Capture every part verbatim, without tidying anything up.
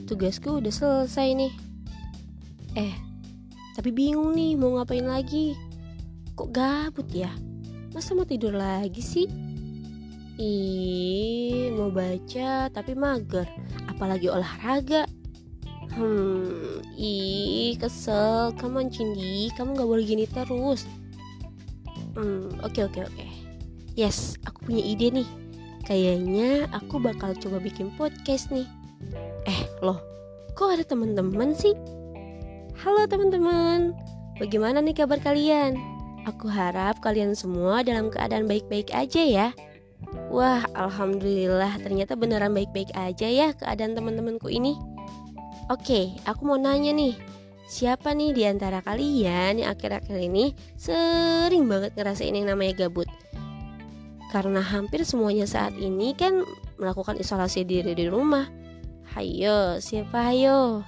tugasku udah selesai nih. Eh, tapi bingung nih mau ngapain lagi. Kok gabut ya? Masa mau tidur lagi sih? Ih, mau baca tapi mager. Apalagi olahraga. Hmm, ih kesel. Come on Cindy, kamu gak boleh gini terus. Hmm, oke oke oke. Yes, aku punya ide nih. Kayaknya aku bakal coba bikin podcast nih. Eh, loh, kok ada teman-teman sih? Halo teman-teman, bagaimana nih kabar kalian? Aku harap kalian semua dalam keadaan baik-baik aja ya. Wah, alhamdulillah ternyata beneran baik-baik aja ya keadaan teman-temanku ini. Oke, aku mau nanya nih, siapa nih di antara kalian yang akhir-akhir ini sering banget ngerasain yang namanya gabut? Karena hampir semuanya saat ini kan melakukan isolasi diri di rumah. Hayo, siapa hayo?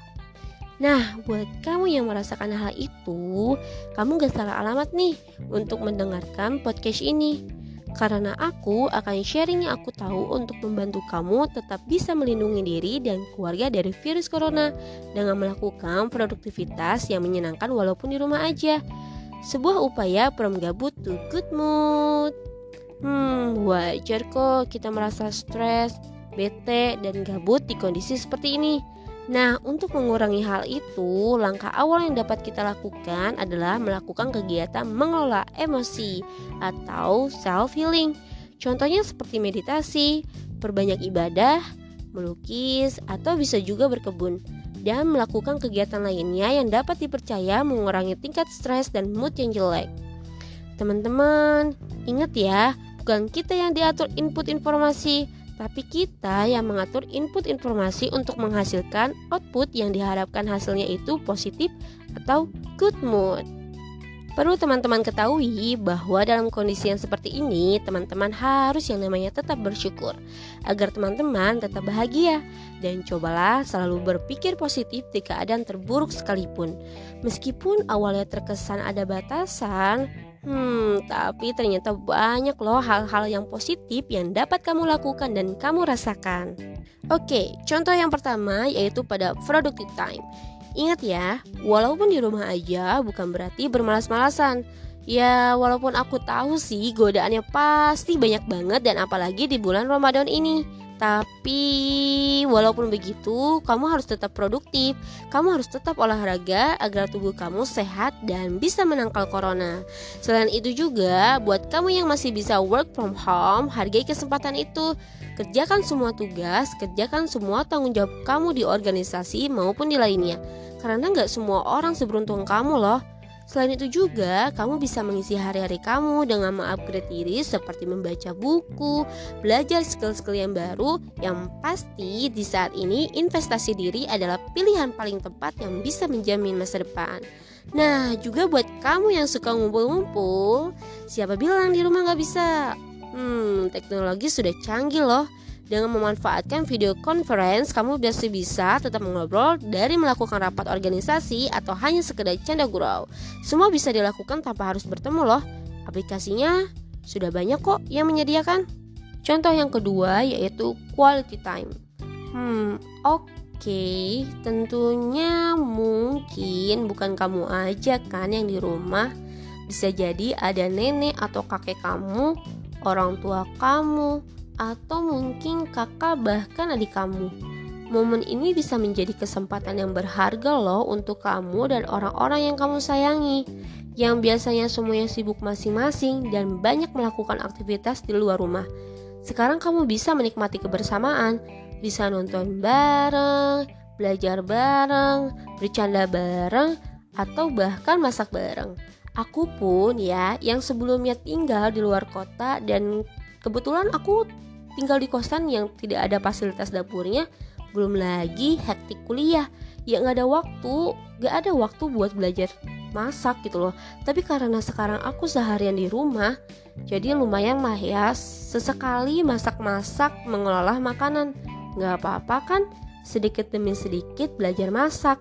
Nah, buat kamu yang merasakan hal itu, kamu gak salah alamat nih untuk mendengarkan podcast ini. Karena aku akan sharing yang aku tahu untuk membantu kamu tetap bisa melindungi diri dan keluarga dari virus corona dengan melakukan produktivitas yang menyenangkan walaupun di rumah aja. Sebuah upaya from gabut to good mood. Hmm, wajar kok kita merasa stres, bete, dan gabut di kondisi seperti ini. Nah, untuk mengurangi hal itu, langkah awal yang dapat kita lakukan adalah melakukan kegiatan mengelola emosi atau self-healing. Contohnya seperti meditasi, perbanyak ibadah, melukis, atau bisa juga berkebun. Dan melakukan kegiatan lainnya yang dapat dipercaya mengurangi tingkat stres dan mood yang jelek. Teman-teman, ingat ya, bukan kita yang diatur input informasi, tapi kita yang mengatur input informasi untuk menghasilkan output yang diharapkan hasilnya itu positif atau good mood. Perlu teman-teman ketahui bahwa dalam kondisi yang seperti ini, teman-teman harus yang namanya tetap bersyukur agar teman-teman tetap bahagia, dan cobalah selalu berpikir positif di keadaan terburuk sekalipun. Meskipun awalnya terkesan ada batasan, Hmm, tapi ternyata banyak loh hal-hal yang positif yang dapat kamu lakukan dan kamu rasakan. Oke, contoh yang pertama yaitu pada productive time. Ingat ya, walaupun di rumah aja bukan berarti bermalas-malasan. Ya, walaupun aku tahu sih godaannya pasti banyak banget dan apalagi di bulan Ramadan ini. Tapi walaupun begitu, kamu harus tetap produktif. Kamu harus tetap olahraga agar tubuh kamu sehat dan bisa menangkal corona. Selain itu juga, buat kamu yang masih bisa work from home, hargai kesempatan itu. Kerjakan semua tugas, kerjakan semua tanggung jawab kamu di organisasi maupun di lainnya. Karena gak semua orang seberuntung kamu loh. Selain itu juga, kamu bisa mengisi hari-hari kamu dengan mengupgrade diri seperti membaca buku, belajar skill-skill yang baru. Yang pasti di saat ini investasi diri adalah pilihan paling tepat yang bisa menjamin masa depan. Nah, juga buat kamu yang suka ngumpul-ngumpul, siapa bilang di rumah gak bisa? Hmm, teknologi sudah canggih loh. Dengan memanfaatkan video conference, kamu biasa bisa tetap mengobrol dari melakukan rapat organisasi atau hanya sekedar canda gurau. Semua bisa dilakukan tanpa harus bertemu loh. Aplikasinya sudah banyak kok yang menyediakan. Contoh yang kedua yaitu quality time. Hmm, oke, okay. Tentunya mungkin bukan kamu aja kan yang di rumah. Bisa jadi ada nenek atau kakek kamu, orang tua kamu, atau mungkin kakak bahkan adik kamu. Momen ini bisa menjadi kesempatan yang berharga loh untuk kamu dan orang-orang yang kamu sayangi, yang biasanya semuanya sibuk masing-masing dan banyak melakukan aktivitas di luar rumah. Sekarang kamu bisa menikmati kebersamaan, bisa nonton bareng, belajar bareng, bercanda bareng, atau bahkan masak bareng. Aku pun ya, yang sebelumnya tinggal di luar kota dan kebetulan aku tinggal di kosan yang tidak ada fasilitas dapurnya, belum lagi hektik kuliah, ya gak ada waktu, gak ada waktu buat belajar masak gitu loh. Tapi karena sekarang aku seharian di rumah, jadi lumayan lah ya, sesekali masak-masak mengolah makanan. Gak apa-apa kan, sedikit demi sedikit belajar masak.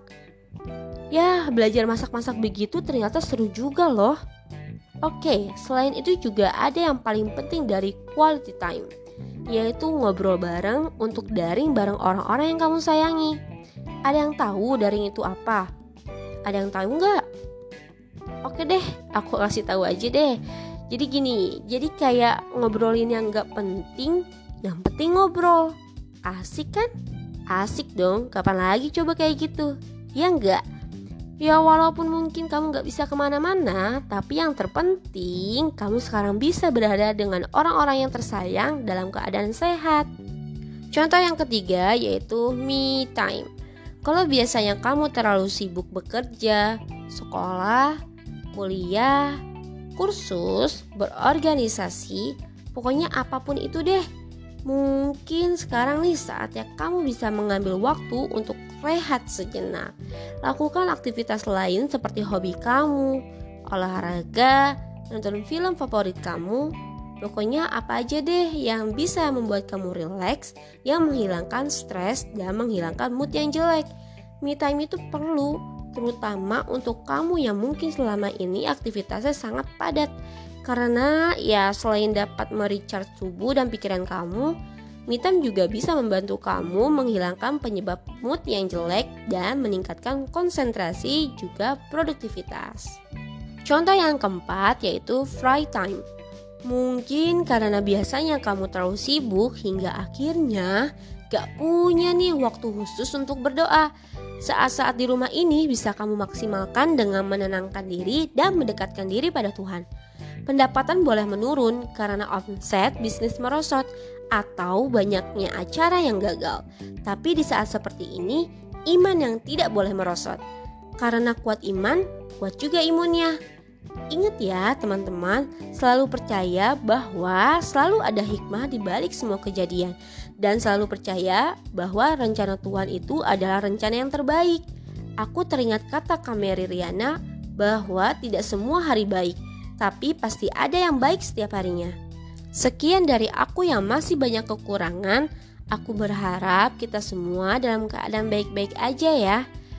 Ya, belajar masak-masak begitu ternyata seru juga loh. Oke, selain itu juga ada yang paling penting dari quality time, yaitu ngobrol bareng untuk daring bareng orang-orang yang kamu sayangi. Ada yang tahu daring itu apa? Ada yang tahu nggak? Oke deh, aku kasih tahu aja deh. Jadi gini, jadi kayak ngobrolin yang nggak penting, yang penting ngobrol. Asik kan? Asik dong, kapan lagi coba kayak gitu? Ya nggak? Ya walaupun mungkin kamu gak bisa kemana-mana, tapi yang terpenting kamu sekarang bisa berada dengan orang-orang yang tersayang dalam keadaan sehat. Contoh yang ketiga yaitu me time. Kalau biasanya kamu terlalu sibuk bekerja, sekolah, kuliah, kursus, berorganisasi, pokoknya apapun itu deh. Mungkin sekarang nih saatnya kamu bisa mengambil waktu untuk rehat sejenak. Lakukan aktivitas lain seperti hobi kamu, olahraga, nonton film favorit kamu. Pokoknya apa aja deh yang bisa membuat kamu rileks, yang menghilangkan stres dan menghilangkan mood yang jelek. Me time itu perlu, terutama untuk kamu yang mungkin selama ini aktivitasnya sangat padat. Karena ya selain dapat merecharge tubuh dan pikiran kamu, me time juga bisa membantu kamu menghilangkan penyebab mood yang jelek dan meningkatkan konsentrasi juga produktivitas. Contoh yang keempat yaitu free time. Mungkin karena biasanya kamu terlalu sibuk hingga akhirnya gak punya nih waktu khusus untuk berdoa. Saat-saat di rumah ini bisa kamu maksimalkan dengan menenangkan diri dan mendekatkan diri pada Tuhan. Pendapatan boleh menurun karena omset bisnis merosot atau banyaknya acara yang gagal. Tapi di saat seperti ini, iman yang tidak boleh merosot. Karena kuat iman, kuat juga imunnya. Ingat ya teman-teman, selalu percaya bahwa selalu ada hikmah di balik semua kejadian. Dan selalu percaya bahwa rencana Tuhan itu adalah rencana yang terbaik. Aku teringat kata Kak Mary Riana bahwa tidak semua hari baik, tapi pasti ada yang baik setiap harinya. Sekian dari aku yang masih banyak kekurangan. Aku berharap kita semua dalam keadaan baik-baik aja ya.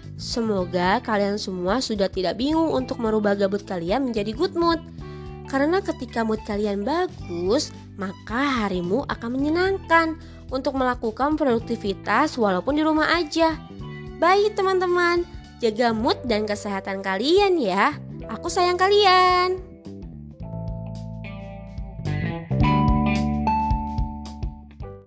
Semoga kalian semua sudah tidak bingung untuk merubah gabut kalian menjadi good mood. Karena ketika mood kalian bagus, maka harimu akan menyenangkan untuk melakukan produktivitas walaupun di rumah aja. Baik teman-teman, jaga mood dan kesehatan kalian ya. Aku sayang kalian.